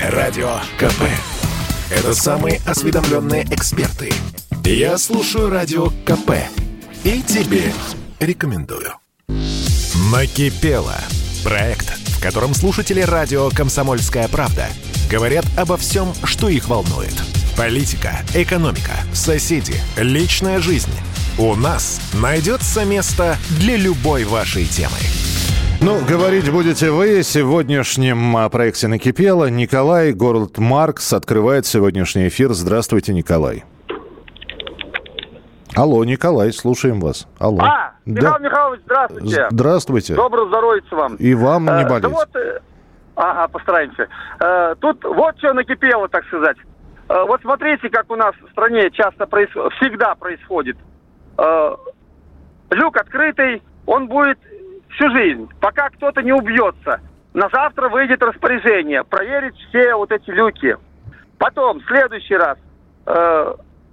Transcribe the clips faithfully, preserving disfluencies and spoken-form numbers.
Радио КП. Это самые осведомленные эксперты. Я слушаю Радио КП и тебе рекомендую. Накипело. Проект, в котором слушатели радио «Комсомольская правда» говорят обо всем, что их волнует. Политика, экономика, соседи, личная жизнь. У нас найдется место для любой вашей темы. Ну, говорить будете вы. В сегодняшнем проекте «Накипело» Николай, город Маркс, открывает сегодняшний эфир. Здравствуйте, Николай. Алло, Николай, слушаем вас. Алло. А, Михаил да. Михайлович, здравствуйте. Здравствуйте. Доброго здоровья вам. И вам не болеть. Э, да вот, э, ага, постараемся. Э, тут вот что накипело, так сказать. Э, вот смотрите, как у нас в стране часто происходит, всегда происходит. Э, люк открытый, он будет всю жизнь, пока кто-то не убьется. На завтра выйдет распоряжение проверить все вот эти люки. Потом, в следующий раз, э,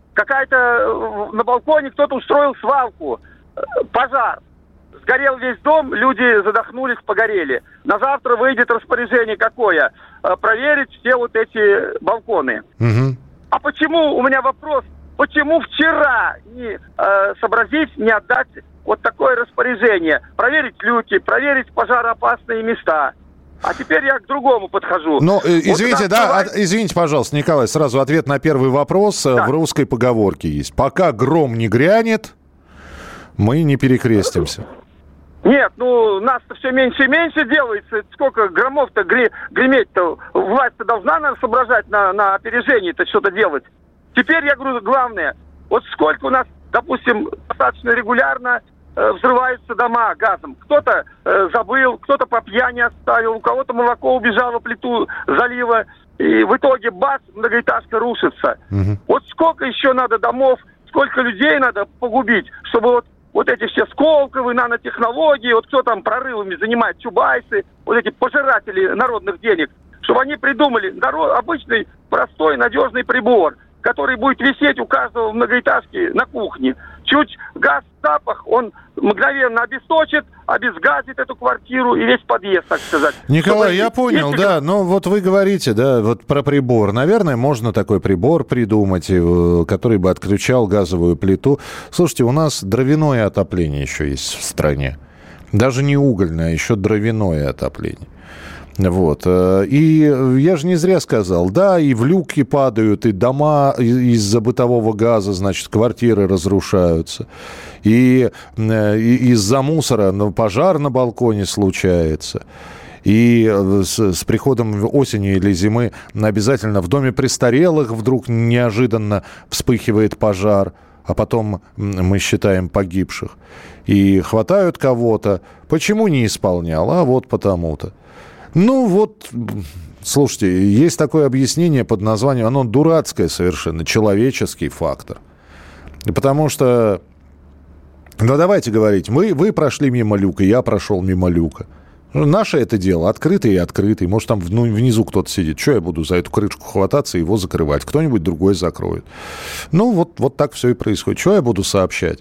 какая-то на балконе кто-то устроил свалку, э, пожар. Сгорел весь дом, люди задохнулись, погорели. На завтра выйдет распоряжение какое? Э, проверить все вот эти балконы. Угу. А почему, у меня вопрос, почему вчера не э, сообразить, не отдать вот такое распоряжение? Проверить люки, проверить пожароопасные места. А теперь я к другому подхожу. Ну, э, извините, вот да, давай... от, извините, пожалуйста, Николай, сразу ответ на первый вопрос. Да. В русской поговорке есть. Пока гром не грянет, мы не перекрестимся. Нет, ну, нас-то все меньше и меньше делается. Сколько громов-то гре- греметь-то? Власть-то должна, наверное, соображать на, на опережение-то что-то делать. Теперь, я говорю, главное, вот сколько у нас, допустим, достаточно регулярно э, взрываются дома газом. Кто-то э, забыл, кто-то по пьяни оставил, у кого-то молоко убежало, плиту залило, и в итоге бац, многоэтажка рушится. Угу. Вот сколько еще надо домов, сколько людей надо погубить, чтобы вот Вот эти все Сколково, нанотехнологии, вот кто там прорывами занимает, Чубайсы, вот эти пожиратели народных денег, чтобы они придумали народ, обычный, простой, надежный прибор, который будет висеть у каждого в многоэтажке на кухне. Чуть газ, запах, он мгновенно обесточит, обезгазит эту квартиру и весь подъезд, так сказать. Николай, Чтобы... я понял, Если... да, но вот вы говорите, да, вот про прибор. Наверное, можно такой прибор придумать, который бы отключал газовую плиту. Слушайте, у нас дровяное отопление еще есть в стране. Даже не угольное, а еще дровяное отопление. Вот. И я же не зря сказал, да, и в люки падают, и дома из-за бытового газа, значит, квартиры разрушаются, и, и из-за мусора пожар на балконе случается. И с, с приходом осени или зимы обязательно в доме престарелых вдруг неожиданно вспыхивает пожар, а потом мы считаем погибших. И хватают кого-то. Почему не исполнял? А вот потому-то. Ну вот, слушайте, есть такое объяснение под названием, оно дурацкое совершенно, человеческий фактор. Потому что, ну давайте говорить, вы, вы прошли мимо люка, я прошел мимо люка. Наше это дело, открытый и открытый. Может, там ну, внизу кто-то сидит. Что я буду за эту крышку хвататься и его закрывать? Кто-нибудь другой закроет. Ну вот, вот так все и происходит. Что я буду сообщать?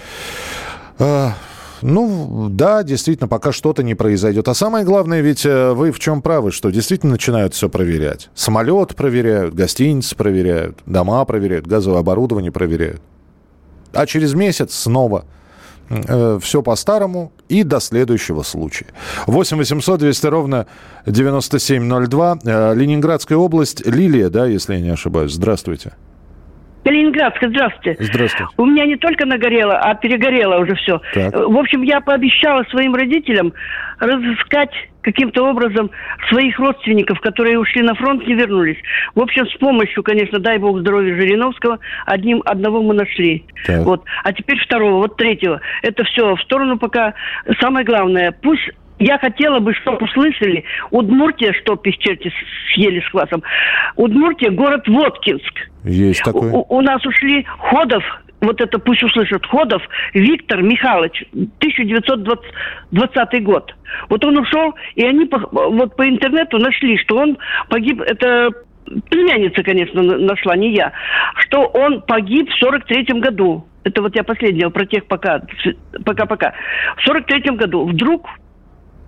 Ну, да, действительно, пока что-то не произойдет. А самое главное, ведь вы в чем правы, что действительно начинают все проверять. Самолет проверяют, гостиницы проверяют, дома проверяют, газовое оборудование проверяют. А через месяц снова э, все по-старому и до следующего случая. восемь восемьсот двести ровно девяносто семь ноль два. Э, Ленинградская область. Лилия, да, если я не ошибаюсь. Здравствуйте. Калининградская, здравствуйте. Здравствуйте. У меня не только нагорело, а перегорело уже все. Так. В общем, я пообещала своим родителям разыскать каким-то образом своих родственников, которые ушли на фронт, не вернулись. В общем, с помощью, конечно, дай бог здоровья Жириновского, одним, одного мы нашли. Так. Вот. А теперь второго, вот третьего. Это все в сторону пока. Самое главное, пусть... Я хотела бы, чтобы услышали, Удмуртия, что пещерти съели с квасом, Удмуртия, город Воткинск. Есть такой. У, у нас ушли Ходов, вот это пусть услышат, Ходов Виктор Михайлович, тысяча девятьсот двадцатый год. Вот он ушел, и они по, вот по интернету нашли, что он погиб, это племянница, конечно, нашла, не я, что он погиб в сорок третьем году. Это вот я последнего про тех пока, пока-пока. В сорок третьем году вдруг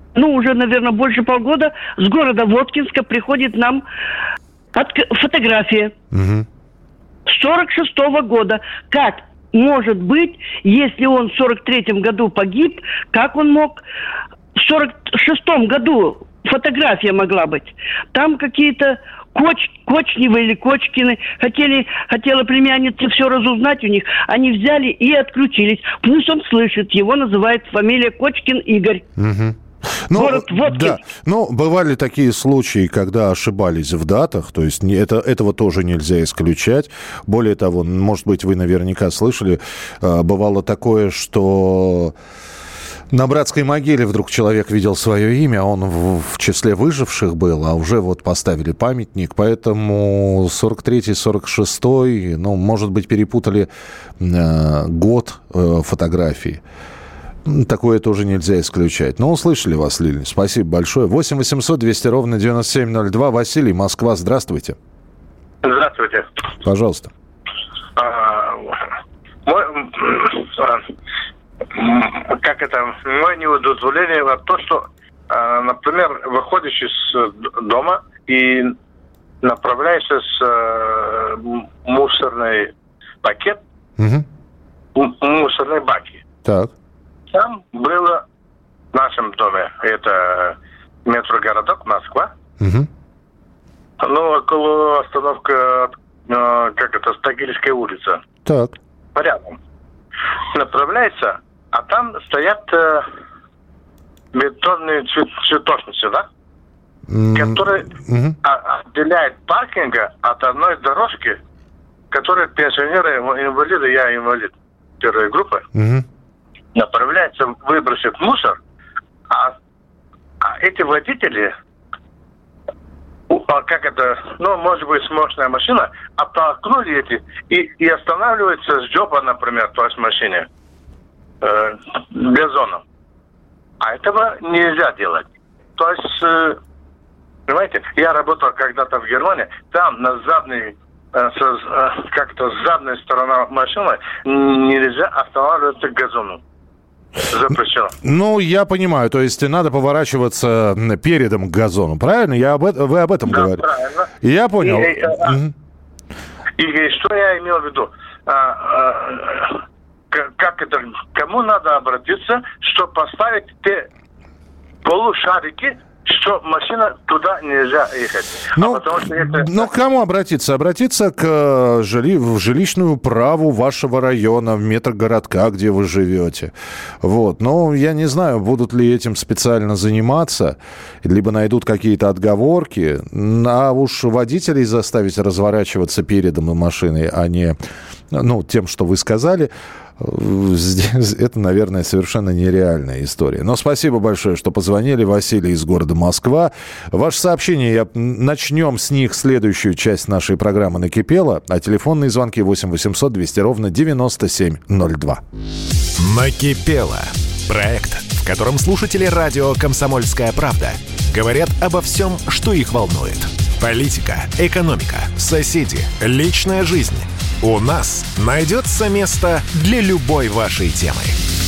ну, уже, наверное, больше полгода с города Воткинска приходит нам от... фотография. Угу. сорок шестого года. Как может быть, если он в сорок третьем году погиб, как он мог в сорок шестом году фотография могла быть? Там какие-то Коч, Кочневы или Кочкины хотели, хотела племянница все разузнать у них. Они взяли и отключились. Пусть он слышит, его называют фамилия Кочкин Игорь. Угу. Ну, Город Воткинск. Да. Ну, бывали такие случаи, когда ошибались в датах, то есть это, этого тоже нельзя исключать. Более того, может быть, вы наверняка слышали, бывало такое, что на братской могиле вдруг человек видел свое имя, он в, в числе выживших был, а уже вот поставили памятник, поэтому сорок третий сорок шестой, ну, может быть, перепутали э, год э, фотографии. Такое тоже нельзя исключать. Но услышали вас, Лилия. Спасибо большое. восемь восемьсот двести ровно девяносто семь ноль два. Василий, Москва. Здравствуйте. Здравствуйте. Пожалуйста. А, мой, а, как это, мое неудовлетворение в том, что, а, например, выходишь из дома и направляешься с а, мусорный пакет, угу. мусорные баки. Так. Там было в нашем доме, это метрогородок Москва, угу. ну, около остановки, э, как это, Стагильская улица. Так. Рядом. Направляется, а там стоят э, бетонные цвет, цветочницы, да? Mm-hmm. Которые mm-hmm. отделяют паркинга от одной дорожки, которая пенсионеры, инвалиды, я инвалид первой группы. Mm-hmm. Направляется выбросить мусор, а, а эти водители, как это, ну, может быть, мощная машина, оттолкнули эти и, и останавливаются с джоба, например, то есть машине, э, газоном. А этого нельзя делать. То есть, э, понимаете, я работал когда-то в Германии, там на задней, э, с, э, как-то задная сторона машины нельзя останавливаться к газону. Запрещено. Ну, я понимаю, то есть надо поворачиваться передом к газону, правильно? Я об этом, вы об этом да, говорите? Правильно. Я понял. И, и, угу. и, и что я имел в виду? А, а, как это? Кому надо обратиться, чтобы поставить те полушарики, что машина туда нельзя ехать. Ну, а потому, что это... ну, к кому обратиться? Обратиться к жили... в жилищную управу вашего района, в метрогородка, где вы живете. Вот. Но я не знаю, будут ли этим специально заниматься, либо найдут какие-то отговорки. А уж водителей заставить разворачиваться передом машиной, а не, ну, тем, что вы сказали, это, наверное, совершенно нереальная история. Но спасибо большое, что позвонили. Василий из города Москва. Ваше сообщение, я... начнем с них следующую часть нашей программы «Накипело». А телефонные звонки восемь восемьсот двести ровно девяносто семь ноль два. «Накипело». Проект, в котором слушатели радио «Комсомольская правда» говорят обо всем, что их волнует. Политика, экономика, соседи, личная жизнь. У нас найдется место для любой вашей темы.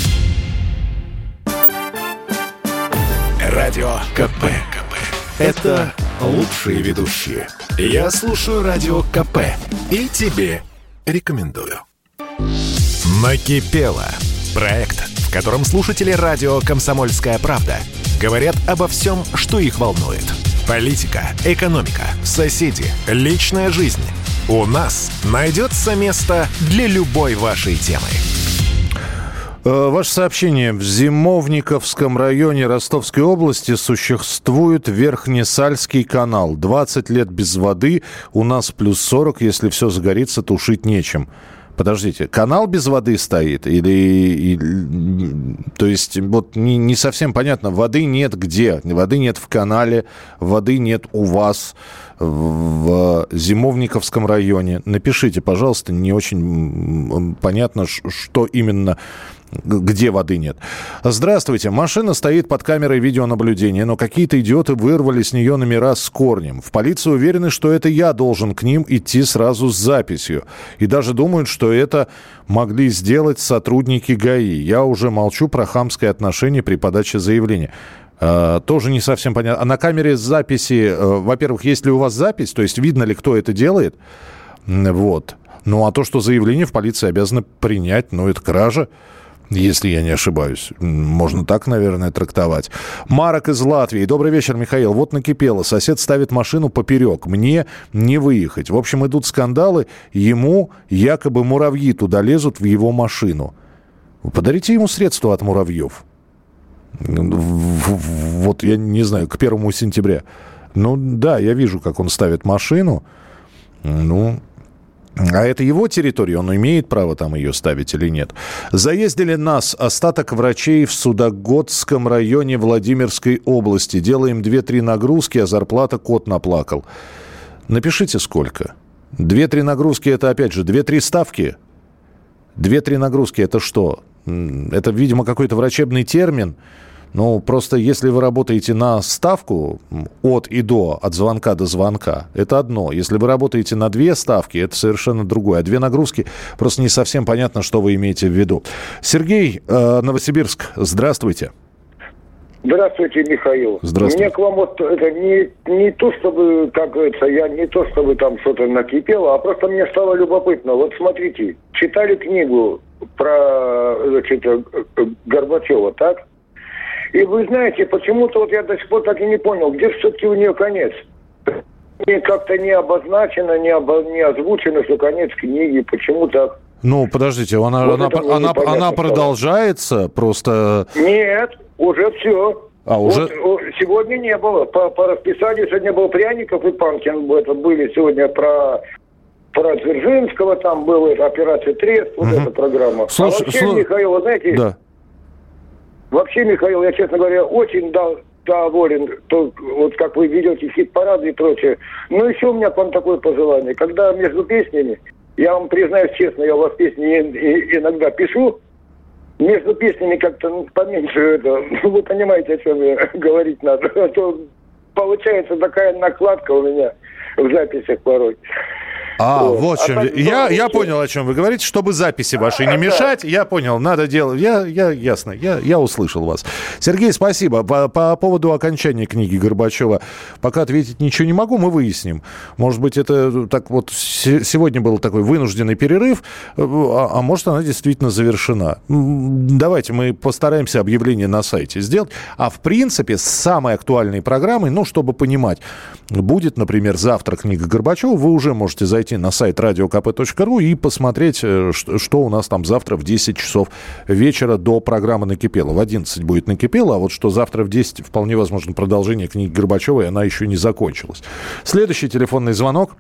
Радио КП. Это лучшие ведущие. Я слушаю Радио КП и тебе рекомендую. Накипело. Проект, в котором слушатели радио «Комсомольская правда» говорят обо всем, что их волнует. Политика, экономика, соседи, личная жизнь. У нас найдется место для любой вашей темы. Ваше сообщение. В Зимовниковском районе Ростовской области существует Верхнесальский канал. двадцать лет без воды, у нас плюс сорок, если все загорится, тушить нечем. Подождите, канал без воды стоит? Или, или то есть, вот не, не совсем понятно, воды нет где? Воды нет в канале, воды нет у вас в Зимовниковском районе. Напишите, пожалуйста, не очень понятно, что именно, где воды нет. Здравствуйте. Машина стоит под камерой видеонаблюдения, но какие-то идиоты вырвали с нее номера с корнем. В полиции уверены, что это я должен к ним идти сразу с записью. И даже думают, что это могли сделать сотрудники ГАИ. Я уже молчу про хамское отношение при подаче заявления. э, тоже не совсем понятно. А на камере записи, э, во-первых, есть ли у вас запись, то есть видно ли, кто это делает? Вот. Ну, а то, что заявление в полиции обязаны принять, ну, это кража, если я не ошибаюсь. Можно так, наверное, трактовать. Марок из Латвии. Добрый вечер, Михаил. Вот накипело. Сосед ставит машину поперек. Мне не выехать. В общем, идут скандалы. Ему якобы муравьи туда лезут в его машину. Подарите ему средства от муравьев. Вот, я не знаю, к первому сентября. Ну, да, я вижу, как он ставит машину. Ну... А это его территория, он имеет право там ее ставить или нет? Заездили нас, остаток врачей в Судогодском районе Владимирской области. Делаем две-три нагрузки, а зарплата кот наплакал. Напишите, сколько. Две-три нагрузки, это опять же, две-три ставки. Две-три нагрузки, это что? Это, видимо, какой-то врачебный термин. Ну, просто если вы работаете на ставку от и до, от звонка до звонка, это одно. Если вы работаете на две ставки, это совершенно другое. А две нагрузки, просто не совсем понятно, что вы имеете в виду. Сергей, э, Новосибирск, здравствуйте. Здравствуйте, Михаил. Здравствуйте. Мне к вам вот это не, не то, чтобы, как говорится, я не то, чтобы там что-то накипело, а просто мне стало любопытно. Вот смотрите, читали книгу про, значит, Горбачева, так? И вы знаете, почему-то вот я до сих пор так и не понял, где все-таки у нее конец. И как-то не обозначено, не, обо, не озвучено, что конец книги. Почему так? Ну, подождите, она, вот она, она, она продолжается, просто... Нет, уже все. А, уже... Вот, сегодня не было. По, по расписанию сегодня был Пряников и Панкин. Это были сегодня про... Про Дзержинского там была эта операция «Трест», вот угу. эта программа. Слуш... А вообще, Слу... Михаил, вы знаете... Да. Вообще, Михаил, я, честно говоря, очень дал, доволен, то, вот как вы ведете хит-парады и прочее. Но еще у меня к вам такое пожелание. Когда между песнями, я вам признаюсь честно, я у вас песни иногда пишу, между песнями как-то поменьше это, вы понимаете, о чем я говорить надо. А то получается такая накладка у меня в записях порой. А, вот, вот в чем. А так, я, ну, я понял, о чем вы говорите. Чтобы записи ваши не мешать, я понял, надо делать. Я, я, ясно, я, я услышал вас. Сергей, спасибо. По, по поводу окончания книги Горбачева пока ответить ничего не могу, мы выясним. Может быть, это так вот сегодня был такой вынужденный перерыв, а, а может, она действительно завершена. Давайте мы постараемся объявление на сайте сделать. А в принципе, с самой актуальной программой, ну, чтобы понимать, будет, например, завтра книга Горбачева, вы уже можете зайти на сайт радио ка пэ точка ру и посмотреть, что у нас там завтра в десять часов вечера до программы «Накипело». В одиннадцать будет «Накипело», а вот что завтра в десять вполне возможно продолжение книги Горбачева, и она еще не закончилась. Следующий телефонный звонок.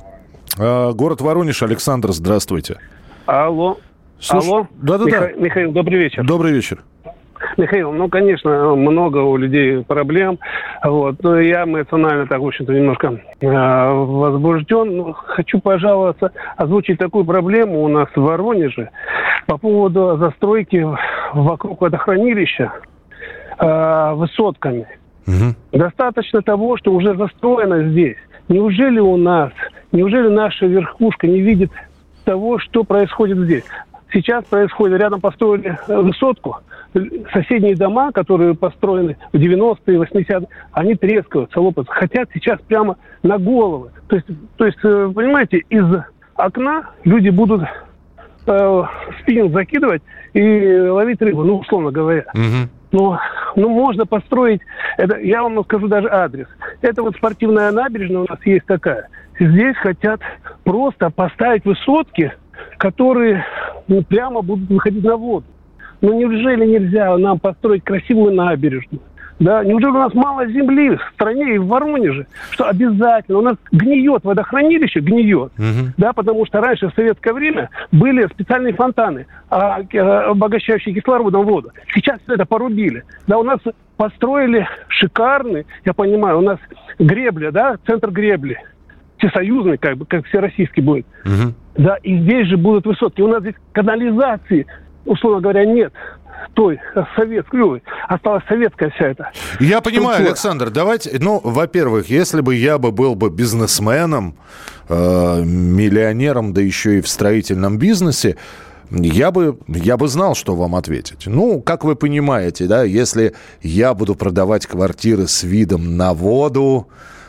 Город Воронеж. Александр, здравствуйте. Алло. Слуш... Алло. Да-да-да. Миха... Михаил, добрый вечер. Добрый вечер. Михаил, ну, конечно, много у людей проблем. Вот. Но я эмоционально так, в общем-то, немножко э, возбужден. Но хочу пожаловаться, озвучить такую проблему у нас в Воронеже по поводу застройки вокруг водохранилища э, высотками. Угу. Достаточно того, что уже застроено здесь. Неужели у нас, неужели наша верхушка не видит того, что происходит здесь? Сейчас происходит, рядом построили высотку, соседние дома, которые построены в девяностые, восьмидесятые, они трескаются, лопаются, хотят сейчас прямо на головы. То есть, то есть понимаете, из окна люди будут э, спиннинг закидывать и ловить рыбу, ну, условно говоря. Угу. Но, ну, можно построить, это, я вам скажу даже адрес. Это вот спортивная набережная у нас есть такая. Здесь хотят просто поставить высотки, которые ну, прямо будут выходить на воду. Ну неужели нельзя нам построить красивую набережную? Да? Неужели у нас мало земли в стране и в Воронеже? Что обязательно у нас гниет водохранилище, гниет. Угу. Да, потому что раньше в советское время были специальные фонтаны, обогащающие кислородом воду. Сейчас все это порубили. Да, у нас построили шикарный, я понимаю, у нас гребля, да, центр гребли. Всесоюзный, как бы, как всероссийский будет. Угу. Да, и здесь же будут высотки. У нас здесь канализации, условно говоря, нет той советской, осталась советская вся эта. Я понимаю, Александр, давайте, ну, во-первых, если бы я бы был бы бизнесменом, э, миллионером, да еще и в строительном бизнесе, Я бы, я бы знал, что вам ответить. Ну, как вы понимаете, да, если я буду продавать квартиры с видом на воду,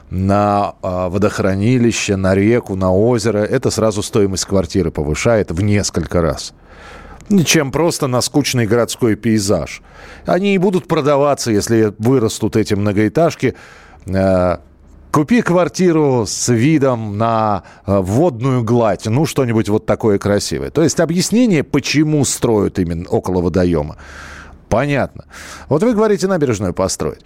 на э, водохранилище, на реку, на озеро, это сразу стоимость квартиры повышает в несколько раз. Чем просто на скучный городской пейзаж. Они и будут продаваться, если вырастут эти многоэтажки. Э, Купи квартиру с видом на э, водную гладь, ну, что-нибудь вот такое красивое. То есть объяснение, почему строят именно около водоема, понятно. Вот вы говорите, набережную построить.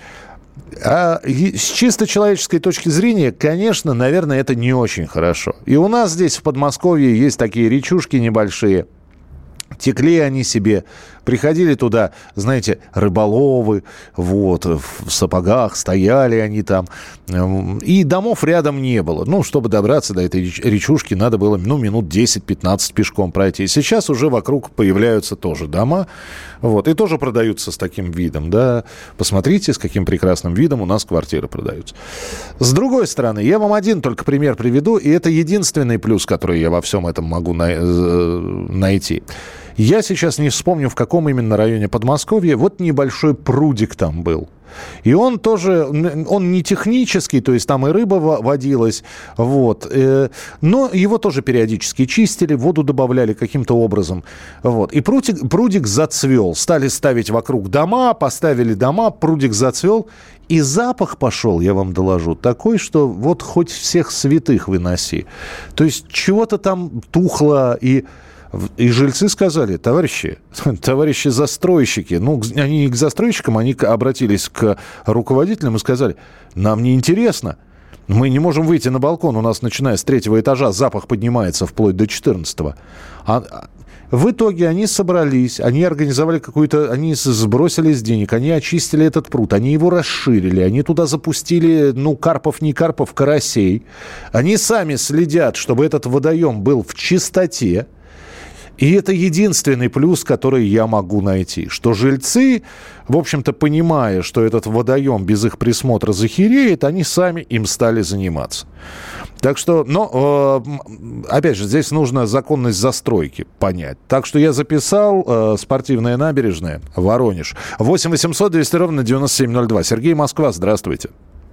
А с чисто человеческой точки зрения, конечно, наверное, это не очень хорошо. И у нас здесь в Подмосковье есть такие речушки небольшие. Текли они себе, приходили туда, знаете, рыболовы, вот, в сапогах, стояли они там, и домов рядом не было. Ну, чтобы добраться до этой речушки, надо было, ну, минут десять-пятнадцать пешком пройти. Сейчас уже вокруг появляются тоже дома, вот, и тоже продаются с таким видом, да. Посмотрите, с каким прекрасным видом у нас квартиры продаются. С другой стороны, я вам один только пример приведу, и это единственный плюс, который я во всем этом могу найти. Я сейчас не вспомню, в каком именно районе Подмосковья. Вот небольшой прудик там был. И он тоже, он не технический, то есть там и рыба водилась, вот. Но его тоже периодически чистили, воду добавляли каким-то образом. Вот. И прудик, прудик зацвел. Стали ставить вокруг дома, поставили дома, прудик зацвел. И запах пошел, я вам доложу, такой, что вот хоть всех святых выноси. То есть чего-то там тухло и... И жильцы сказали, товарищи, товарищи застройщики, ну, они не к застройщикам, они обратились к руководителям и сказали, нам неинтересно, мы не можем выйти на балкон, у нас, начиная с третьего этажа, запах поднимается вплоть до четырнадцатого. А в итоге они собрались, они организовали какую-то, они сбросили с денег, они очистили этот пруд, они его расширили, они туда запустили, ну, карпов, не карпов, карасей. Они сами следят, чтобы этот водоем был в чистоте. И это единственный плюс, который я могу найти. Что жильцы, в общем-то, понимая, что этот водоем без их присмотра захереет, они сами им стали заниматься. Так что, но, э, опять же, здесь нужно законность застройки понять. Так что я записал э, спортивная набережная, Воронеж. восемь восемьсот двести ровно девяносто семь ноль два. Сергей, Москва, здравствуйте.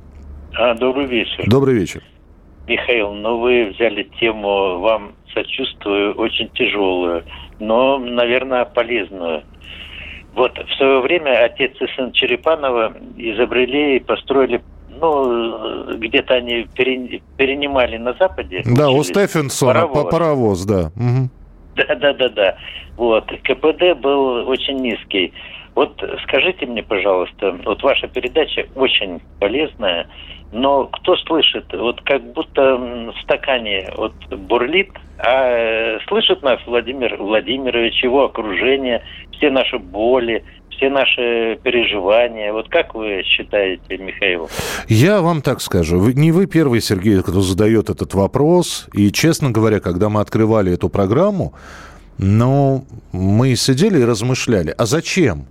А, добрый вечер. Добрый вечер. Михаил, ну вы взяли тему, вам сочувствую, очень тяжелую, но, наверное, полезную. Вот в свое время отец и сын Черепанова изобрели и построили, ну, где-то они перенимали на Западе. Да, у Стефенсона паровоз, паровоз да. Угу. Да, да, да, да. Вот. КПД был очень низкий. Вот скажите мне, пожалуйста, вот ваша передача очень полезная, но кто слышит, вот как будто в стакане вот бурлит, а слышит нас Владимир Владимирович, его окружение, все наши боли, все наши переживания. Вот как вы считаете, Михаил? Я вам так скажу. Вы, не вы первый, Сергей, кто задает этот вопрос. И, честно говоря, когда мы открывали эту программу, ну, мы сидели и размышляли. А зачем?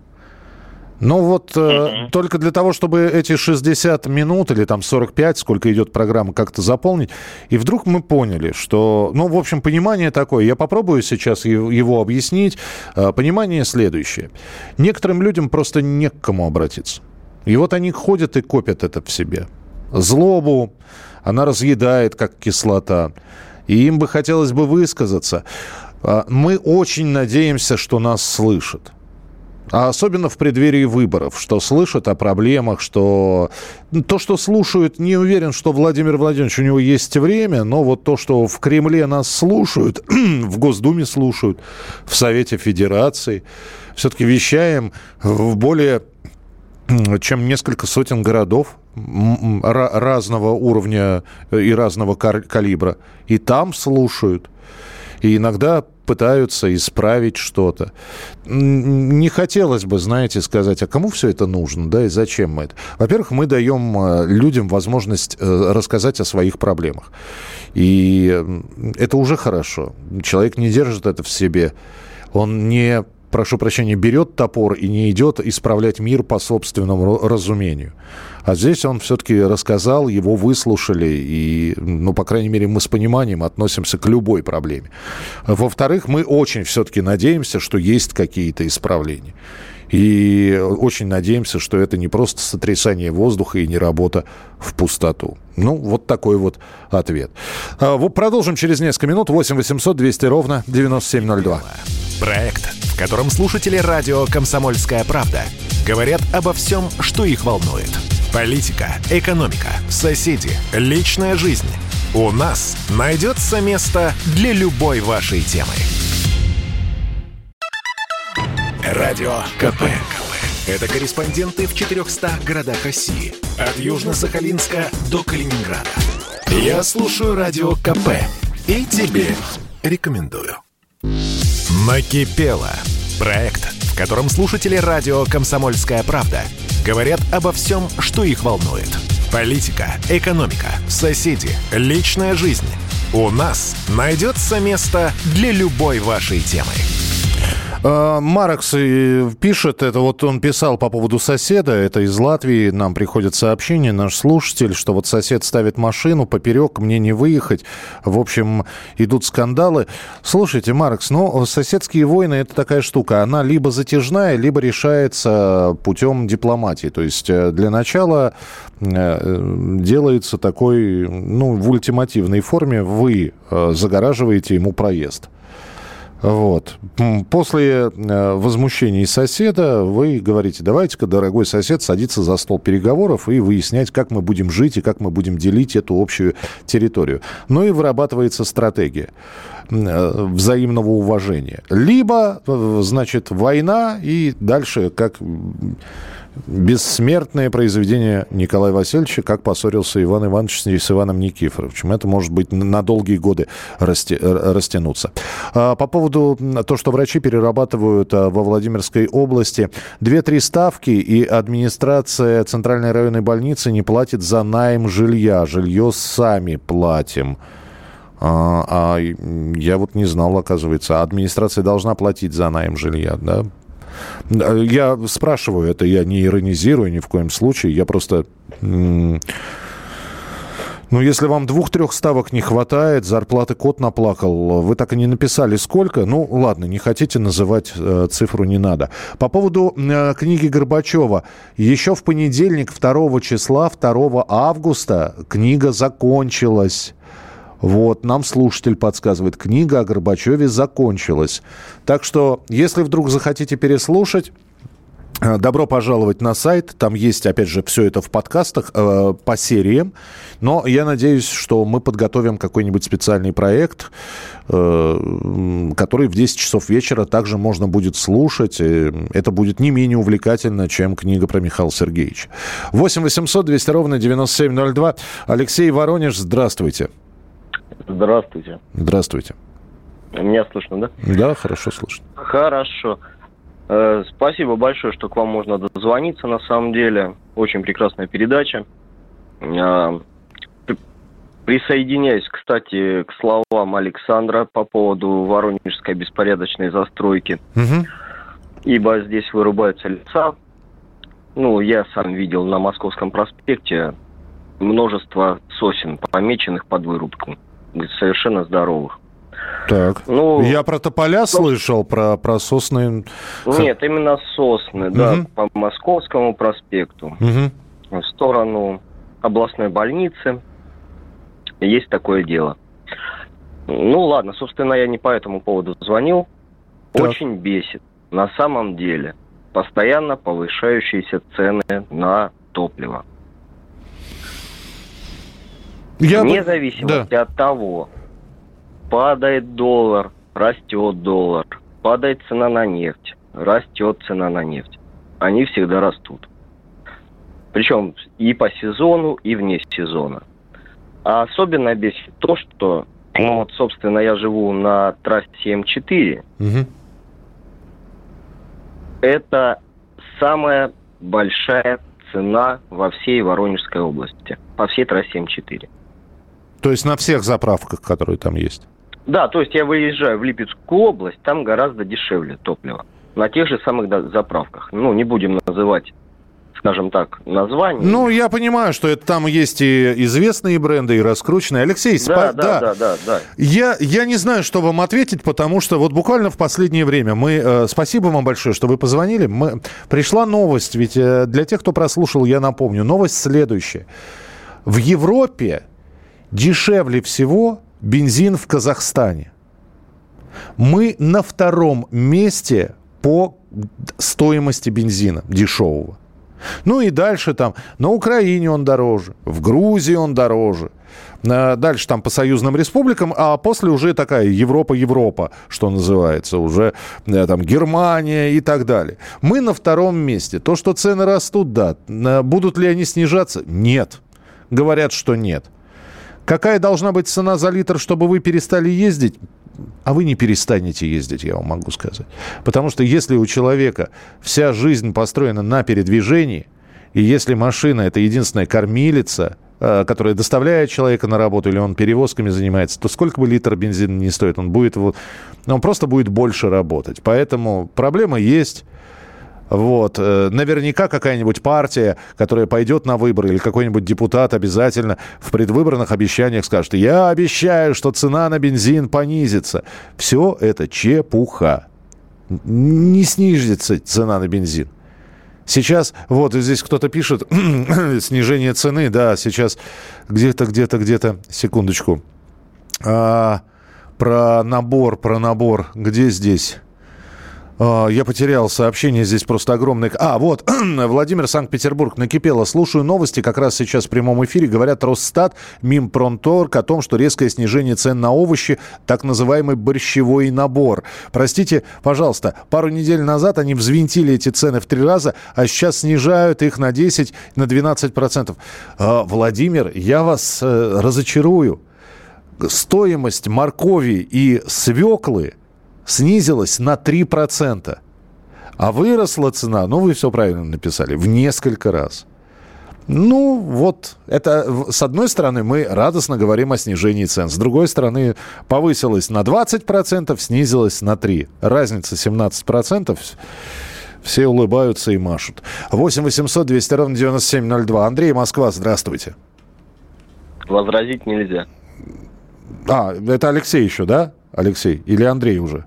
Ну вот э, uh-huh. только для того, чтобы эти шестьдесят минут или там сорок пять, сколько идет программа, как-то заполнить. И вдруг мы поняли, что... Ну, в общем, понимание такое. Я попробую сейчас его объяснить. Э, понимание следующее. Некоторым людям просто не к кому обратиться. И вот они ходят и копят это в себе. Злобу, она разъедает, как кислота. И им бы хотелось бы высказаться. Э, мы очень надеемся, что нас слышат. А особенно в преддверии выборов, что слышат о проблемах, что то, что слушают, не уверен, что Владимир Владимирович, у него есть время, но вот то, что в Кремле нас слушают, в Госдуме слушают, в Совете Федерации, все-таки вещаем в более чем несколько сотен городов разного уровня и разного калибра. И там слушают. И иногда пытаются исправить что-то. Не хотелось бы, знаете, сказать, а кому все это нужно, да, и зачем мы это? Во-первых, мы даем людям возможность рассказать о своих проблемах. И это уже хорошо. Человек не держит это в себе. Он не прошу прощения, берет топор и не идет исправлять мир по собственному разумению. А здесь он все-таки рассказал, его выслушали, и, ну, по крайней мере, мы с пониманием относимся к любой проблеме. Во-вторых, мы очень все-таки надеемся, что есть какие-то исправления. И очень надеемся, что это не просто сотрясание воздуха и не работа в пустоту. Ну, вот такой вот ответ. Продолжим через несколько минут. восемь восемьсот двести ровно девяносто семь ноль два. Проект, в котором слушатели радио «Комсомольская правда» говорят обо всем, что их волнует. Политика, экономика, соседи, личная жизнь. У нас найдется место для любой вашей темы. Радио КП. Это корреспонденты в четырехстах городах России. От Южно-Сахалинска до Калининграда. Я слушаю Радио КП и тебе рекомендую. Накипело. Проект, в котором слушатели радио «Комсомольская правда» говорят обо всем, что их волнует. Политика, экономика, соседи, личная жизнь. У нас найдется место для любой вашей темы. Маркс пишет, это вот он писал по поводу соседа, это из Латвии, нам приходит сообщение, наш слушатель, что вот сосед ставит машину поперек, мне не выехать, в общем, идут скандалы. Слушайте, Маркс, ну, соседские войны, это такая штука, она либо затяжная, либо решается путем дипломатии, то есть для начала делается такой, ну, в ультимативной форме, вы загораживаете ему проезд. Вот. После возмущений соседа вы говорите, давайте-ка, дорогой сосед, садиться за стол переговоров и выяснять, как мы будем жить и как мы будем делить эту общую территорию. Ну и вырабатывается стратегия взаимного уважения. Либо, значит, война и дальше как бессмертное произведение Николая Васильевича, как поссорился Иван Иванович с Иваном Никифоровичем. Это может быть на долгие годы расти, растянуться. По поводу того, что врачи перерабатывают во Владимирской области две-три ставки, и администрация Центральной районной больницы не платит за найм жилья. Жилье сами платим. А, а я вот не знал, оказывается. Администрация должна платить за найм жилья, да? Я спрашиваю это, я не иронизирую ни в коем случае, я просто... Ну, если вам двух-трех ставок не хватает, зарплаты кот наплакал, вы так и не написали сколько, ну, ладно, не хотите называть э, цифру, не надо. По поводу э, книги Горбачева. Еще в понедельник, второго числа, второго августа, книга закончилась. Вот, нам слушатель подсказывает, книга о Горбачеве закончилась. Так что, если вдруг захотите переслушать, добро пожаловать на сайт. Там есть, опять же, все это в подкастах э, по сериям. Но я надеюсь, что мы подготовим какой-нибудь специальный проект, э, который в десять часов вечера также можно будет слушать. И это будет не менее увлекательно, чем книга про Михаила Сергеевича. восемь восемьсот двести ровно девяносто семь ноль два. Алексей, Воронеж, здравствуйте. Здравствуйте. Здравствуйте. Меня слышно, да? Да, хорошо слышно. Хорошо. Э, спасибо большое, что к вам можно дозвониться, на самом деле. Очень прекрасная передача. Э, присоединяюсь, кстати, к словам Александра по поводу воронежской беспорядочной застройки. Угу. Ибо здесь вырубаются леса. Ну, я сам видел на Московском проспекте множество сосен, помеченных под вырубку. Совершенно здоровых. Так. Ну, я про тополя сос... слышал, про, про сосны. Нет, именно сосны, угу. Да, по Московскому проспекту. Угу. В сторону областной больницы. Есть такое дело. Ну, ладно, собственно, я не по этому поводу звонил. Так. Очень бесит. На самом деле, постоянно повышающиеся цены на топливо. Я Вне бы... зависимости да. от того, падает доллар, растет доллар, падает цена на нефть, растет цена на нефть. Они всегда растут. Причем и по сезону, и вне сезона. А особенно бесит то, что, ну вот, собственно, я живу на трассе М четыре. Угу. Это самая большая цена во всей Воронежской области, по всей трассе М четыре. То есть на всех заправках, которые там есть? Да, то есть я выезжаю в Липецкую область, там гораздо дешевле топливо. на тех же самых заправках. Ну, не будем называть, скажем так, название. Ну, я понимаю, что это там есть и известные бренды, и раскрученные. Алексей, да, спа- да, да, да, да, да. Я, я не знаю, что вам ответить, потому что вот буквально в последнее время мы... Э, спасибо вам большое, что вы позвонили. Мы, пришла новость, ведь э, для тех, кто прослушал, я напомню. Новость следующая. В Европе дешевле всего бензин в Казахстане. Мы на втором месте по стоимости бензина дешевого. Ну и дальше там на Украине он дороже, в Грузии он дороже. Дальше там по союзным республикам, а после уже такая Европа-Европа, что называется, уже там Германия и так далее. Мы на втором месте. То, что цены растут, да. Будут ли они снижаться? Нет. Говорят, что нет. Какая должна быть цена за литр, чтобы вы перестали ездить? А вы не перестанете ездить, я вам могу сказать. Потому что если у человека вся жизнь построена на передвижении, и если машина – это единственная кормилица, которая доставляет человека на работу, или он перевозками занимается, то сколько бы литр бензина не стоит, он, будет, он просто будет больше работать. Поэтому проблема есть. Вот. Наверняка какая-нибудь партия, которая пойдет на выборы, или какой-нибудь депутат обязательно в предвыборных обещаниях скажет: я обещаю, что цена на бензин понизится. Все это чепуха. Не снизится цена на бензин. Сейчас, вот здесь кто-то пишет, снижение цены, да, сейчас где-то, где-то, где-то, секундочку, а, про набор, про набор, где здесь? Я потерял сообщение, здесь просто огромное... А, вот, Владимир, Санкт-Петербург, накипело. Слушаю новости, как раз сейчас в прямом эфире. Говорят, Росстат, Минпромторг о том, что резкое снижение цен на овощи, так называемый борщевой набор. Простите, пожалуйста, пару недель назад они взвинтили эти цены в три раза, а сейчас снижают их на десять, на двенадцать процентов. Владимир, я вас разочарую. Стоимость моркови и свеклы снизилась на три процента. А выросла цена, ну, вы все правильно написали, в несколько раз. Ну, вот, это, с одной стороны, мы радостно говорим о снижении цен. С другой стороны, повысилась на двадцать процентов, снизилась на три процента. Разница семнадцать процентов. Все улыбаются и машут. восемь восемьсот двести ровно девяносто семь ноль два. Андрей, Москва, здравствуйте. Возразить нельзя. А, это Алексей еще, да? Алексей? Или Андрей уже?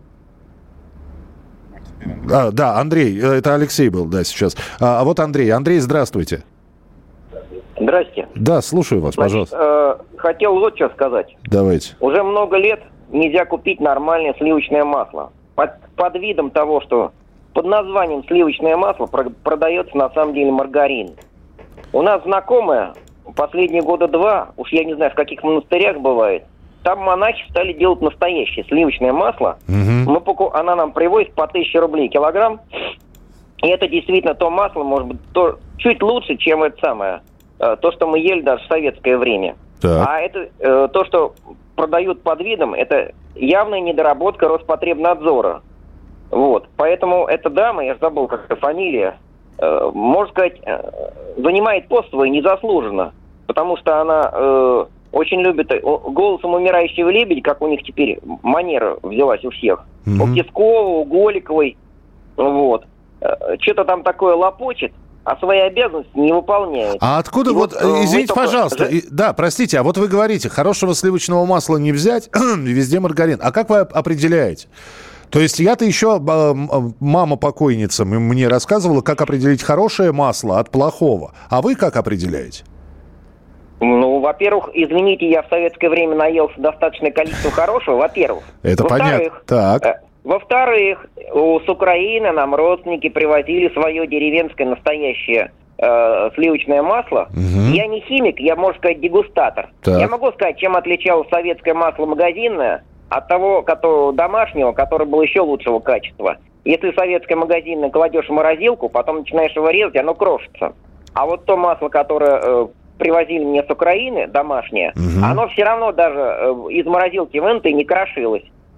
А, да, Андрей, это Алексей был, да, сейчас. А, а вот Андрей. Андрей, здравствуйте. Здрасте. Да, слушаю вас, Значит, пожалуйста. Э, хотел вот что сказать. Давайте. Уже много лет нельзя купить нормальное сливочное масло. Под, под видом того, что под названием сливочное масло про, продается на самом деле маргарин. У нас знакомая последние года два, уж я не знаю, в каких монастырях бывает, там монахи стали делать настоящее сливочное масло. Угу. Мы поку... Она нам привозит по тысяче рублей килограмм. И это действительно то масло, может быть, то... чуть лучше, чем это самое, то, что мы ели даже в советское время. Так. А это э, то, что продают под видом, это явная недоработка Роспотребнадзора. Вот. Поэтому эта дама, я забыл, как ее фамилия, э, можно сказать, э, занимает пост свой незаслуженно. Потому что она... Э, очень любят голосом умирающего лебедя, как у них теперь манера взялась у всех. Mm-hmm. У Пескова, у Голиковой. Вот. Что-то там такое лопочет, а свои обязанности не выполняет. А откуда и вот, вот, извините, пожалуйста, же... да, простите, а вот вы говорите, хорошего сливочного масла не взять, везде маргарин. А как вы определяете? То есть я-то еще, мама покойница мне рассказывала, как определить хорошее масло от плохого. А вы как определяете? Ну, во-первых, извините, я в советское время наелся достаточное количество хорошего, во-первых. Это понятно. Так. Э, во-вторых, у, с Украины нам родственники привозили свое деревенское настоящее э, сливочное масло. Угу. Я не химик, я, можно сказать, дегустатор. Так. Я могу сказать, чем отличалось советское масло магазинное от того которого, домашнего, которое было еще лучшего качества. Если советское магазинное кладешь в морозилку, потом начинаешь его резать, оно крошится. А вот то масло, которое... Э, привозили мне с Украины, домашнее, угу. оно все равно даже э, из морозилки вынуто и не крошилось.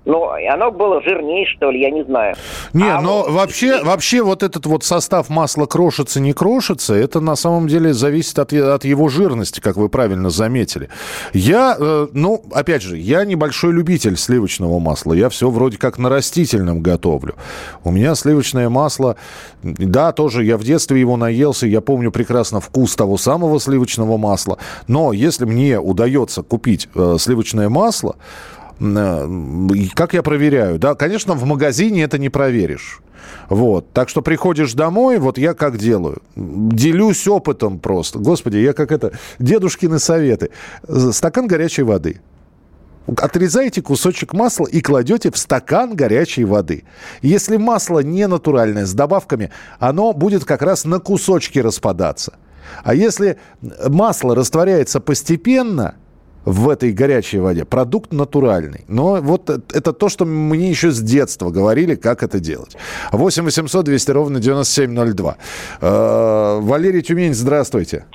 Ну, оно было жирнее, что ли, я не знаю. Не, а но вот... вообще, вообще вот этот вот состав масла крошится, не крошится, это на самом деле зависит от, от его жирности, как вы правильно заметили. Я, э, ну, опять же, я небольшой любитель сливочного масла. Я все вроде как на растительном готовлю. У меня сливочное масло, да, тоже я в детстве его наелся, я помню прекрасно вкус того самого сливочного масла. Но если мне удается купить э, сливочное масло, как я проверяю? Да, конечно, в магазине это не проверишь. Вот. Так что приходишь домой, вот я как делаю. Делюсь опытом просто. Господи, я как это... Дедушкины советы. Стакан горячей воды. Отрезаете кусочек масла и кладете в стакан горячей воды. Если масло не натуральное, с добавками, оно будет как раз на кусочки распадаться. А если масло растворяется постепенно... в этой горячей воде. Продукт натуральный. Но вот это то, что мне еще с детства говорили, как это делать. восемь восемьсот двести ровно девяносто семь ноль два. Э-э- Валерий, Тюмень, здравствуйте.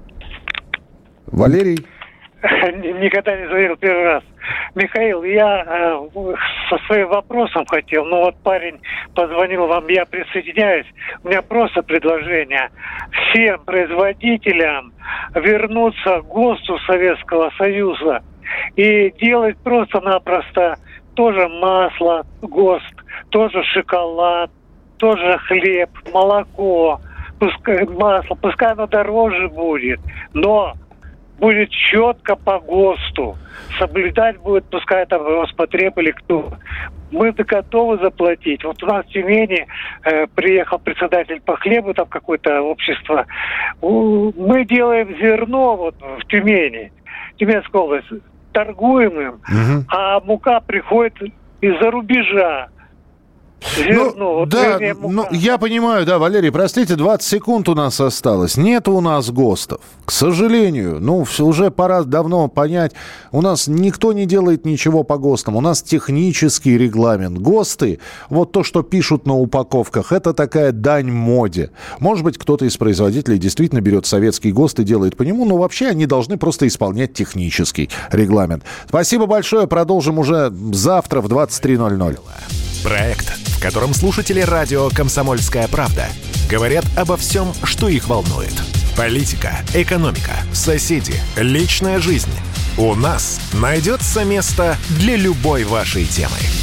Валерий. Никогда не звонил первый раз. Михаил, я э, со своим вопросом хотел, но вот парень позвонил вам, я присоединяюсь. У меня просто предложение всем производителям вернуться к ГОСТу Советского Союза и делать просто-напросто тоже масло, ГОСТ, тоже шоколад, тоже хлеб, молоко, пускай масло, пускай оно дороже будет, но будет четко по ГОСТу. Соблюдать будет, пускай там Роспотреб или кто. Мы готовы заплатить. Вот у нас в Тюмени э, приехал председатель по хлебу, там какое-то общество. У, мы делаем зерно вот в Тюмени, Тюменская область, торгуем им, угу. А мука приходит из-за рубежа. Зерно, ну, вот да, ну, я понимаю, да, Валерий, простите, двадцать секунд у нас осталось. Нет у нас ГОСТов. К сожалению, ну, уже пора давно понять, у нас никто не делает ничего по ГОСТам. У нас технический регламент. ГОСТы, вот то, что пишут на упаковках, это такая дань моде. Может быть, кто-то из производителей действительно берет советский ГОСТ и делает по нему, но вообще они должны просто исполнять технический регламент. Спасибо большое, продолжим уже завтра в двадцать три ноль ноль. Проект, в котором слушатели радио «Комсомольская правда» говорят обо всем, что их волнует. Политика, экономика, соседи, личная жизнь. У нас найдется место для любой вашей темы.